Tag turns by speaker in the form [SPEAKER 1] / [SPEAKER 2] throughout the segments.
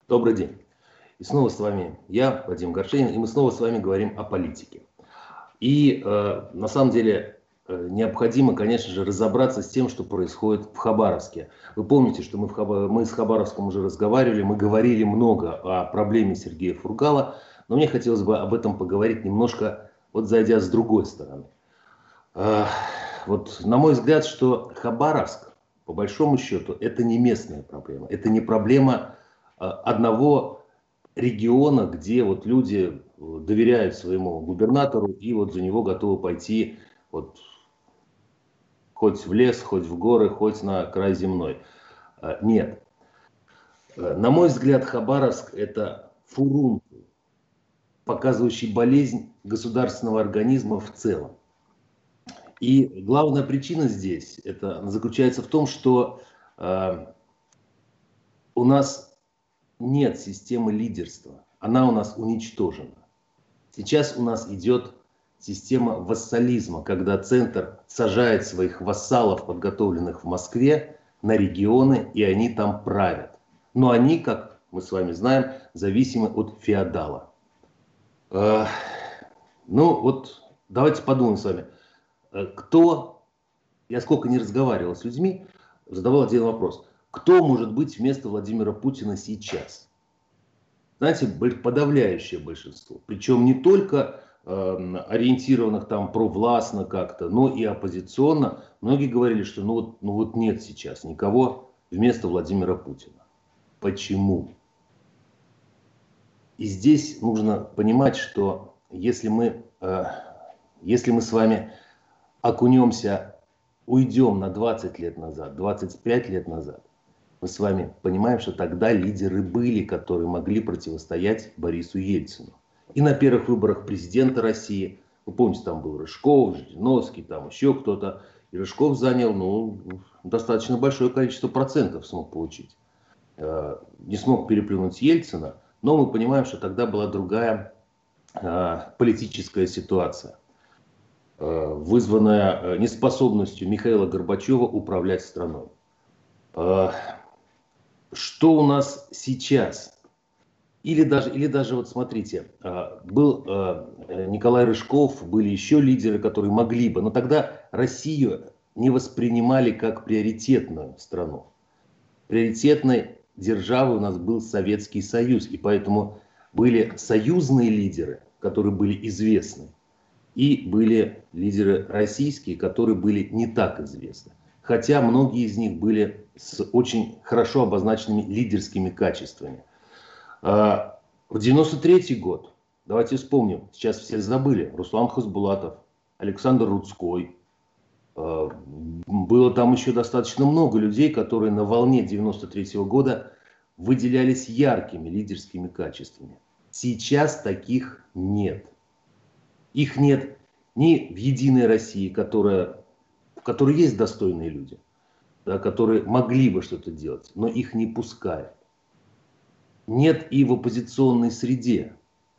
[SPEAKER 1] Добрый день. И снова с вами я, Вадим Горшенин, и мы снова с вами говорим о политике. И на самом деле необходимо, конечно же, разобраться с тем, что происходит в Хабаровске. Вы помните, что мы с Хабаровском уже разговаривали, мы говорили много о проблеме Сергея Фургала, но мне хотелось бы об этом поговорить немножко, вот зайдя с другой стороны. Вот на мой взгляд, что Хабаровск, по большому счету, это не местная проблема, это не проблема одного региона, где вот люди доверяют своему губернатору и вот за него готовы пойти вот, хоть в лес, хоть в горы, хоть на край земной. Нет. На мой взгляд, Хабаровск – это фурункул, показывающий болезнь государственного организма в целом. И главная причина здесь заключается в том, что у нас нет системы лидерства. Она у нас уничтожена. Сейчас у нас идет система вассализма, когда центр сажает своих вассалов, подготовленных в Москве, на регионы, и они там правят. Но они, как мы с вами знаем, зависимы от феодала. Ну вот давайте подумаем с вами. Я сколько не разговаривал с людьми, задавал один вопрос. Кто может быть вместо Владимира Путина сейчас? Знаете, подавляющее большинство. Причем не только ориентированных там провластно как-то, но и оппозиционно. Многие говорили, что ну вот нет сейчас никого вместо Владимира Путина. Почему? И здесь нужно понимать, что если мы с вами окунемся, уйдем на 20 лет назад, 25 лет назад, мы с вами понимаем, что тогда лидеры были, которые могли противостоять Борису Ельцину. И на первых выборах президента России, вы помните, там был Рыжков, Жириновский, там еще кто-то. И Рыжков занял достаточно большое количество процентов смог получить. Не смог переплюнуть Ельцина, но мы понимаем, что тогда была другая политическая ситуация, вызванная неспособностью Михаила Горбачева управлять страной. Что у нас сейчас? Или даже вот смотрите, был Николай Рыжков, были еще лидеры, которые могли бы, но тогда Россию не воспринимали как приоритетную страну. Приоритетной державой у нас был Советский Союз, и поэтому были союзные лидеры, которые были известны, и были лидеры российские, которые были не так известны. Хотя многие из них были с очень хорошо обозначенными лидерскими качествами. В 93-й год, давайте вспомним, сейчас все забыли, Руслан Хасбулатов, Александр Рудской. Было там еще достаточно много людей, которые на волне 93-го года выделялись яркими лидерскими качествами. Сейчас таких нет. Их нет ни в Единой России, в которой есть достойные люди, да, которые могли бы что-то делать, но их не пускают. Нет и в оппозиционной среде.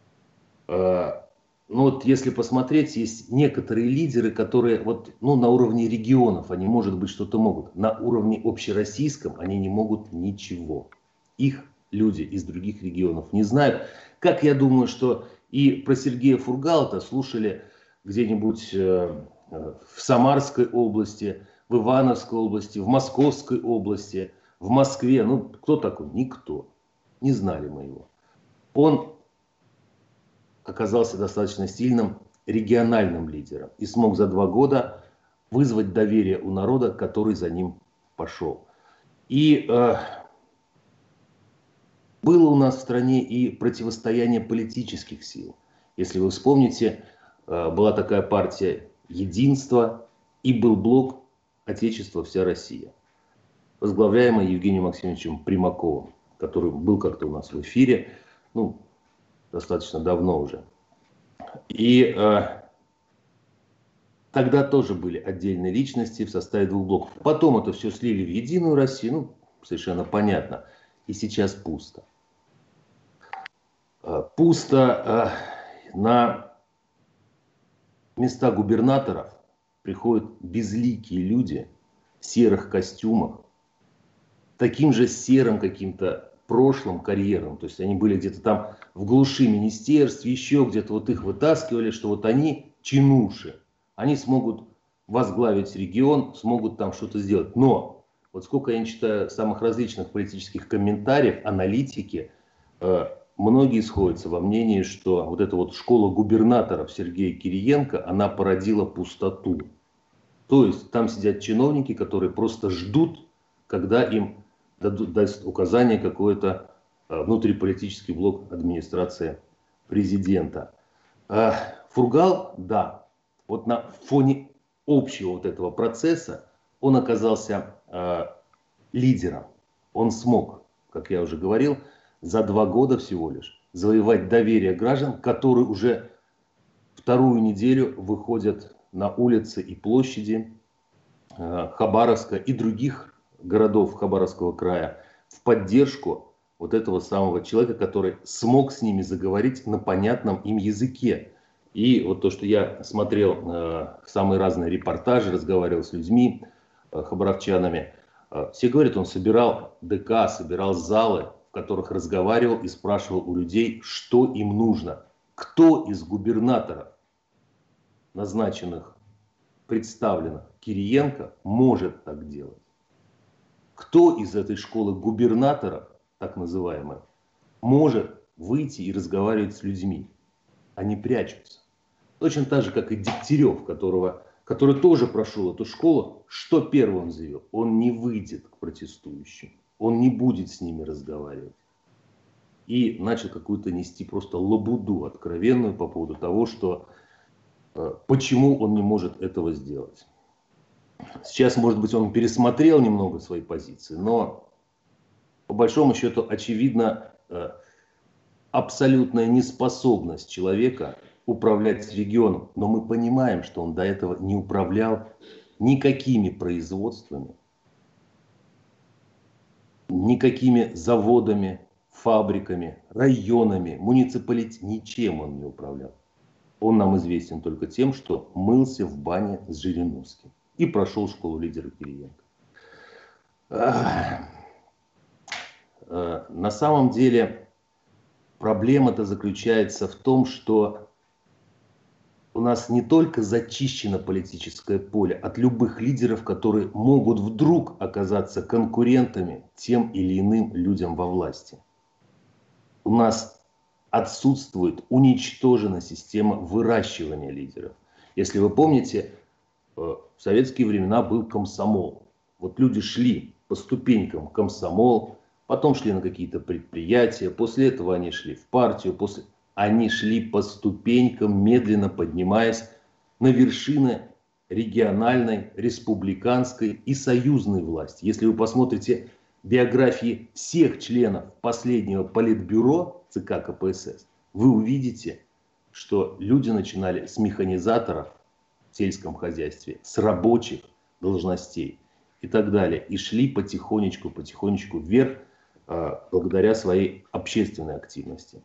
[SPEAKER 1] Ну вот если посмотреть, есть некоторые лидеры, которые на уровне регионов они, может быть, что-то могут. На уровне общероссийском они не могут ничего. Их люди из других регионов не знают. Как я думаю, что и про Сергея Фургала-то слушали где-нибудь в Самарской области, в Ивановской области, в Московской области, в Москве. Ну, кто такой? Никто. Не знали мы его. Он оказался достаточно сильным региональным лидером и смог за 2 года вызвать доверие у народа, который за ним пошел. И было у нас в стране и противостояние политических сил. Если вы вспомните, была такая партия «Единство» и был блок «Отечество, вся Россия», возглавляемый Евгением Максимовичем Примаковым, который был как-то у нас в эфире, достаточно давно уже. И тогда тоже были отдельные личности в составе 2 блоков. Потом это все слили в Единую Россию, совершенно понятно. И сейчас пусто. Пусто на места губернаторов приходят безликие люди в серых костюмах, таким же серым каким-то прошлом карьерном, то есть они были где-то там в глуши министерств, еще где-то вот их вытаскивали, что вот они чинуши, они смогут возглавить регион, смогут там что-то сделать. Но вот сколько я читаю самых различных политических комментариев, аналитики, многие сходятся во мнении, что вот эта вот школа губернаторов Сергея Кириенко, она породила пустоту. То есть там сидят чиновники, которые просто ждут, когда им даст указание какой-то внутриполитический блок администрации президента. Фургал, да, вот на фоне общего вот этого процесса он оказался лидером. Он смог, как я уже говорил, за 2 года всего лишь завоевать доверие граждан, которые уже вторую неделю выходят на улицы и площади Хабаровска и других городов Хабаровского края в поддержку вот этого самого человека, который смог с ними заговорить на понятном им языке. И вот то, что я смотрел самые разные репортажи, разговаривал с людьми, хабаровчанами, все говорят, он собирал ДК, собирал залы, в которых разговаривал и спрашивал у людей, что им нужно. Кто из губернаторов, назначенных, представленных Кириенко, может так делать? Кто из этой школы губернаторов, так называемых, может выйти и разговаривать с людьми? Они прячутся. Точно так же, как и Дегтярев, который тоже прошел эту школу. Что первым он заявил? Он не выйдет к протестующим. Он не будет с ними разговаривать. И начал какую-то нести просто лабуду откровенную по поводу того, что почему он не может этого сделать. Сейчас, может быть, он пересмотрел немного свои позиции, но по большому счету очевидна абсолютная неспособность человека управлять регионом. Но мы понимаем, что он до этого не управлял никакими производствами, никакими заводами, фабриками, районами, муниципалитетами, ничем он не управлял. Он нам известен только тем, что мылся в бане с Жириновским и прошел школу лидера Кириенко. На самом деле проблема-то заключается в том, что у нас не только зачищено политическое поле от любых лидеров, которые могут вдруг оказаться конкурентами тем или иным людям во власти. У нас отсутствует, уничтожена система выращивания лидеров. Если вы помните, в советские времена был комсомол. Вот люди шли по ступенькам в комсомол, потом шли на какие-то предприятия, после этого они шли в партию, они шли по ступенькам, медленно поднимаясь на вершины региональной, республиканской и союзной власти. Если вы посмотрите биографии всех членов последнего политбюро ЦК КПСС, вы увидите, что люди начинали с механизаторов в сельском хозяйстве, с рабочих должностей и так далее. И шли потихонечку вверх благодаря своей общественной активности.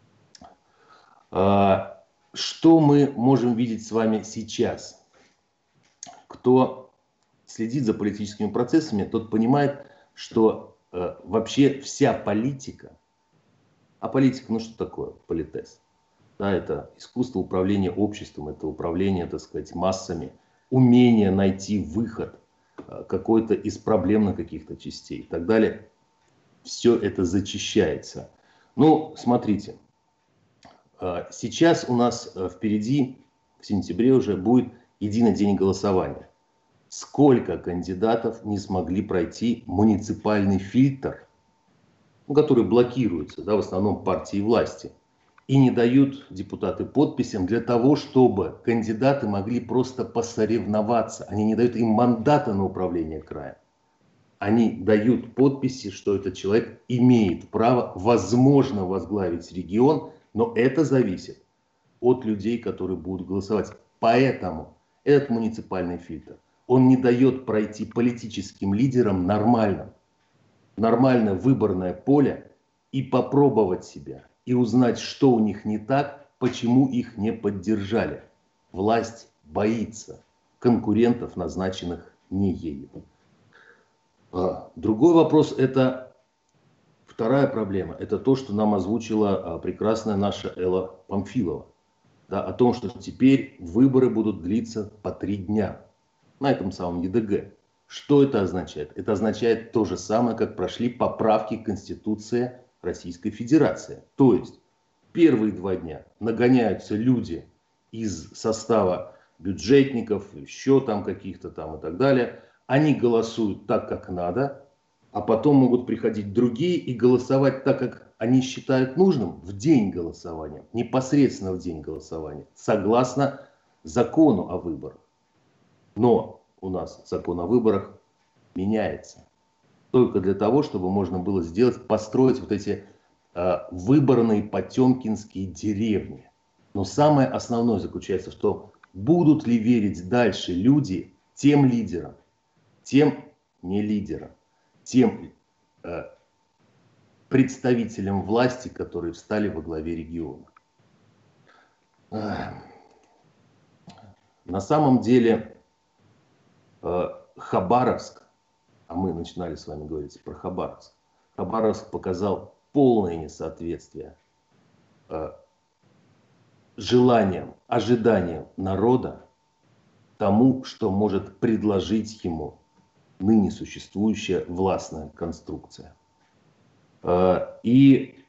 [SPEAKER 1] Что мы можем видеть с вами сейчас? Кто следит за политическими процессами, тот понимает, что вообще вся политика, а политика, ну что такое политез? Да, это искусство управления обществом, это управление, так сказать, массами, умение найти выход какой-то из проблемных каких-то частей и так далее. Все это зачищается. Ну, смотрите, сейчас у нас впереди, в сентябре уже, будет единый день голосования. Сколько кандидатов не смогли пройти муниципальный фильтр, который блокируется, да, в основном партией власти, и не дают депутаты подписям для того, чтобы кандидаты могли просто посоревноваться. Они не дают им мандата на управление краем. Они дают подписи, что этот человек имеет право, возможно, возглавить регион, но это зависит от людей, которые будут голосовать. Поэтому этот муниципальный фильтр, он не дает пройти политическим лидерам нормальное выборное поле и попробовать себя, и узнать, что у них не так, почему их не поддержали. Власть боится конкурентов, назначенных не ею. Другой вопрос — это в Вторая проблема – это то, что нам озвучила прекрасная наша Элла Памфилова. Да, о том, что теперь выборы будут длиться по 3 дня на этом самом ЕДГ. Что это означает? Это означает то же самое, как прошли поправки к Конституции Российской Федерации. То есть первые 2 дня нагоняются люди из состава бюджетников, еще там каких-то там и так далее. Они голосуют так, как надо, а потом могут приходить другие и голосовать так, как они считают нужным в день голосования, непосредственно в день голосования, согласно закону о выборах. Но у нас закон о выборах меняется только для того, чтобы можно было сделать, построить вот эти выборные потемкинские деревни. Но самое основное заключается в том, будут ли верить дальше люди тем лидерам, тем не лидерам, тем представителям власти, которые встали во главе региона. На самом деле Хабаровск, а мы начинали с вами говорить про Хабаровск, Хабаровск показал полное несоответствие желаниям, ожиданиям народа тому, что может предложить ему ныне существующая властная конструкция. И,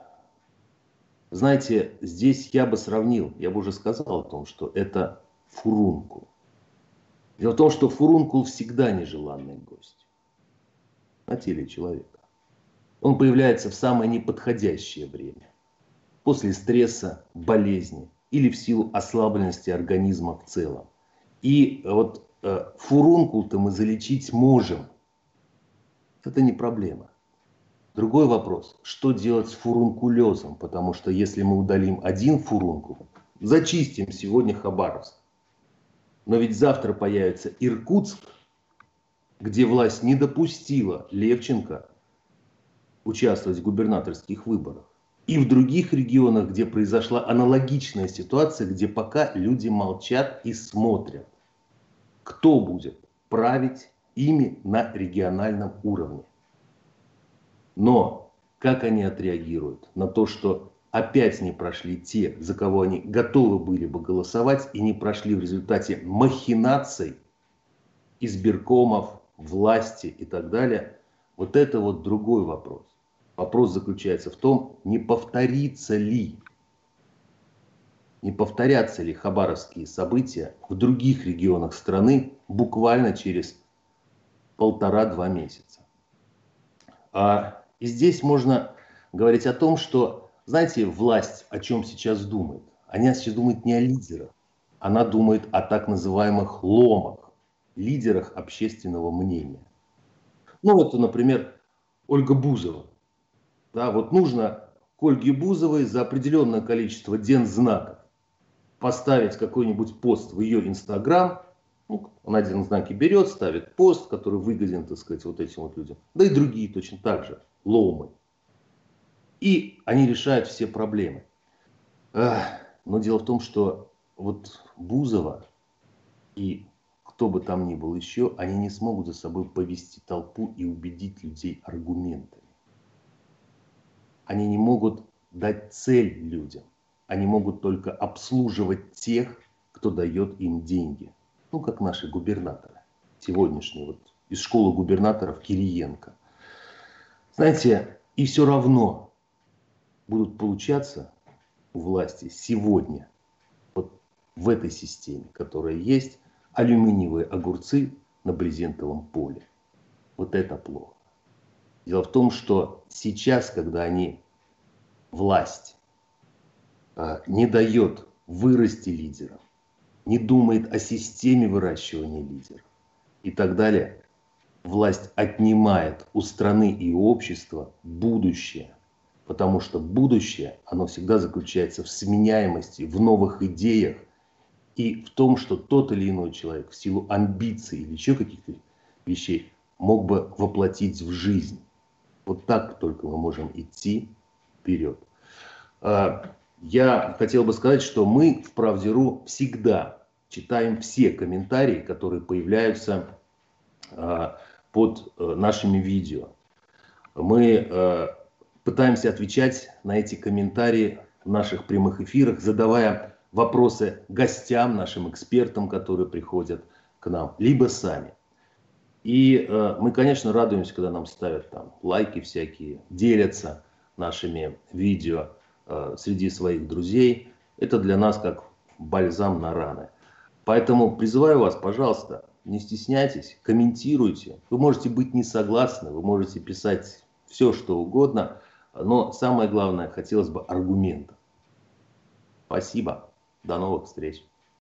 [SPEAKER 1] знаете, здесь я бы сравнил, я бы уже сказал о том, что это фурункул. Дело в том, что фурункул всегда нежеланный гость на теле человека. Он появляется в самое неподходящее время. После стресса, болезни или в силу ослабленности организма в целом. И вот фурункул-то мы залечить можем. Это не проблема. Другой вопрос, что делать с фурункулезом? Потому что если мы удалим один фурункул, зачистим сегодня Хабаровск. Но ведь завтра появится Иркутск, где власть не допустила Левченко участвовать в губернаторских выборах. И в других регионах, где произошла аналогичная ситуация, где пока люди молчат и смотрят, кто будет править ими на региональном уровне. Но как они отреагируют на то, что опять не прошли те, за кого они готовы были бы голосовать, и не прошли в результате махинаций, избиркомов, власти и так далее, вот это вот другой вопрос. Вопрос заключается в том, не повторятся ли хабаровские события в других регионах страны буквально через 1,5-2 месяца. И здесь можно говорить о том, что, знаете, власть о чем сейчас думает? Она сейчас думает не о лидерах, она думает о так называемых ломах, лидерах общественного мнения. Ну, вот, например, Ольга Бузова. Да, вот нужно к Ольге Бузовой за определенное количество дензнаков поставить какой-нибудь пост в ее Инстаграм. Ну, она дензнаки берет, ставит пост, который выгоден, так сказать, вот этим вот людям. Да и другие точно так же, ломы. И они решают все проблемы. Но дело в том, что вот Бузова и кто бы там ни был еще, они не смогут за собой повести толпу и убедить людей аргументами. Они не могут дать цель людям. Они могут только обслуживать тех, кто дает им деньги. Ну, как наши губернаторы. Сегодняшние, вот из школы губернаторов Кириенко. Знаете, и все равно будут получаться у власти сегодня, вот в этой системе, которая есть, алюминиевые огурцы на брезентовом поле. Вот это плохо. Дело в том, что сейчас, когда власть не дает вырасти лидерам, не думает о системе выращивания лидеров и так далее, власть отнимает у страны и у общества будущее. Потому что будущее, оно всегда заключается в сменяемости, в новых идеях и в том, что тот или иной человек в силу амбиций или еще каких-то вещей мог бы воплотить в жизнь. Вот так только мы можем идти вперед. Я хотел бы сказать, что мы в Правде.ру всегда читаем все комментарии, которые появляются под нашими видео. Мы пытаемся отвечать на эти комментарии в наших прямых эфирах, задавая вопросы гостям, нашим экспертам, которые приходят к нам, либо сами. И мы, конечно, радуемся, когда нам ставят там лайки всякие, делятся нашими видео среди своих друзей. Это для нас как бальзам на раны. Поэтому призываю вас, пожалуйста, не стесняйтесь, комментируйте. Вы можете быть не согласны, вы можете писать все, что угодно, но самое главное, хотелось бы аргументов. Спасибо. До новых встреч.